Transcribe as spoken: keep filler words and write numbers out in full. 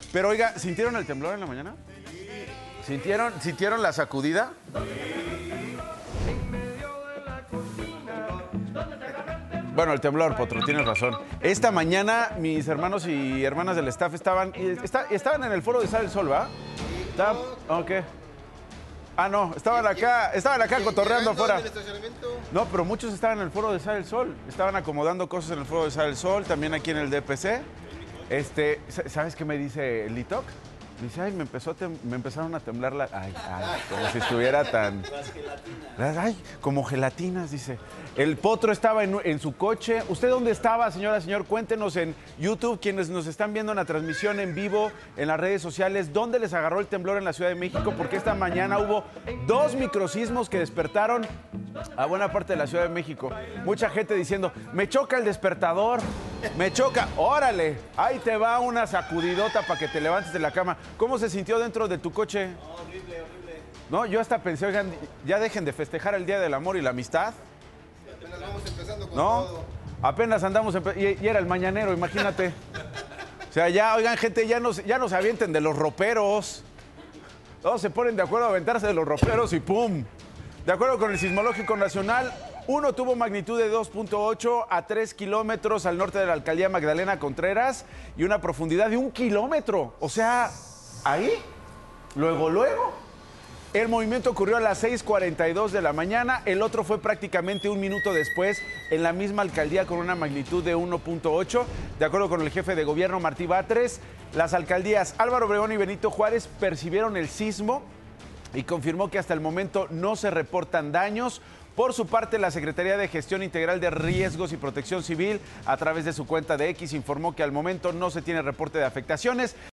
Pero oiga, ¿sintieron el temblor en la mañana? ¿Sintieron, ¿sintieron la sacudida? Bueno, el temblor, Potro, tienes razón. Esta mañana mis hermanos y hermanas del staff estaban, está, estaban en el foro de Sale el Sol, ¿va? ¿Está? ¿Ok? Ah, no, estaban acá, estaban acá cotorreando afuera. No, pero muchos estaban en el foro de Sale el Sol. Estaban acomodando cosas en el foro de Sale el Sol, también aquí en el D P C. Este, ¿sabes qué me dice Litoc? Me dice, ay, me, empezó a me empezaron a temblar la... Ay, ay, como si estuviera tan... Las gelatinas. Ay, como gelatinas, dice. El Potro estaba en, en su coche. ¿Usted dónde estaba, señora, señor? Cuéntenos en YouTube, quienes nos están viendo en la transmisión en vivo, en las redes sociales, ¿dónde les agarró el temblor en la Ciudad de México? Porque esta mañana hubo dos microsismos que despertaron a buena parte de la Ciudad de México. Mucha gente diciendo, me choca el despertador, me choca. Órale, ahí te va una sacudidota para que te levantes de la cama. ¿Cómo se sintió dentro de tu coche? No, horrible, horrible. No, yo hasta pensé, oigan, ya dejen de festejar el Día del Amor y la Amistad. Sí, apenas vamos empezando con ¿No? todo. Apenas andamos, y, y era el mañanero, imagínate. O sea, ya, oigan, gente, ya no, ya no se avienten de los roperos. Todos se ponen de acuerdo a aventarse de los roperos y ¡pum! De acuerdo con el Sismológico Nacional, uno tuvo magnitud de dos punto ocho a tres kilómetros al norte de la alcaldía Magdalena Contreras y una profundidad de un kilómetro. O sea, ahí, luego, luego. El movimiento ocurrió a las seis cuarenta y dos de la mañana, el otro fue prácticamente un minuto después en la misma alcaldía con una magnitud de uno punto ocho. De acuerdo con el jefe de gobierno Martí Batres, las alcaldías Álvaro Obregón y Benito Juárez percibieron el sismo y confirmó que hasta el momento no se reportan daños. Por su parte, la Secretaría de Gestión Integral de Riesgos y Protección Civil, a través de su cuenta de X, informó que al momento no se tiene reporte de afectaciones.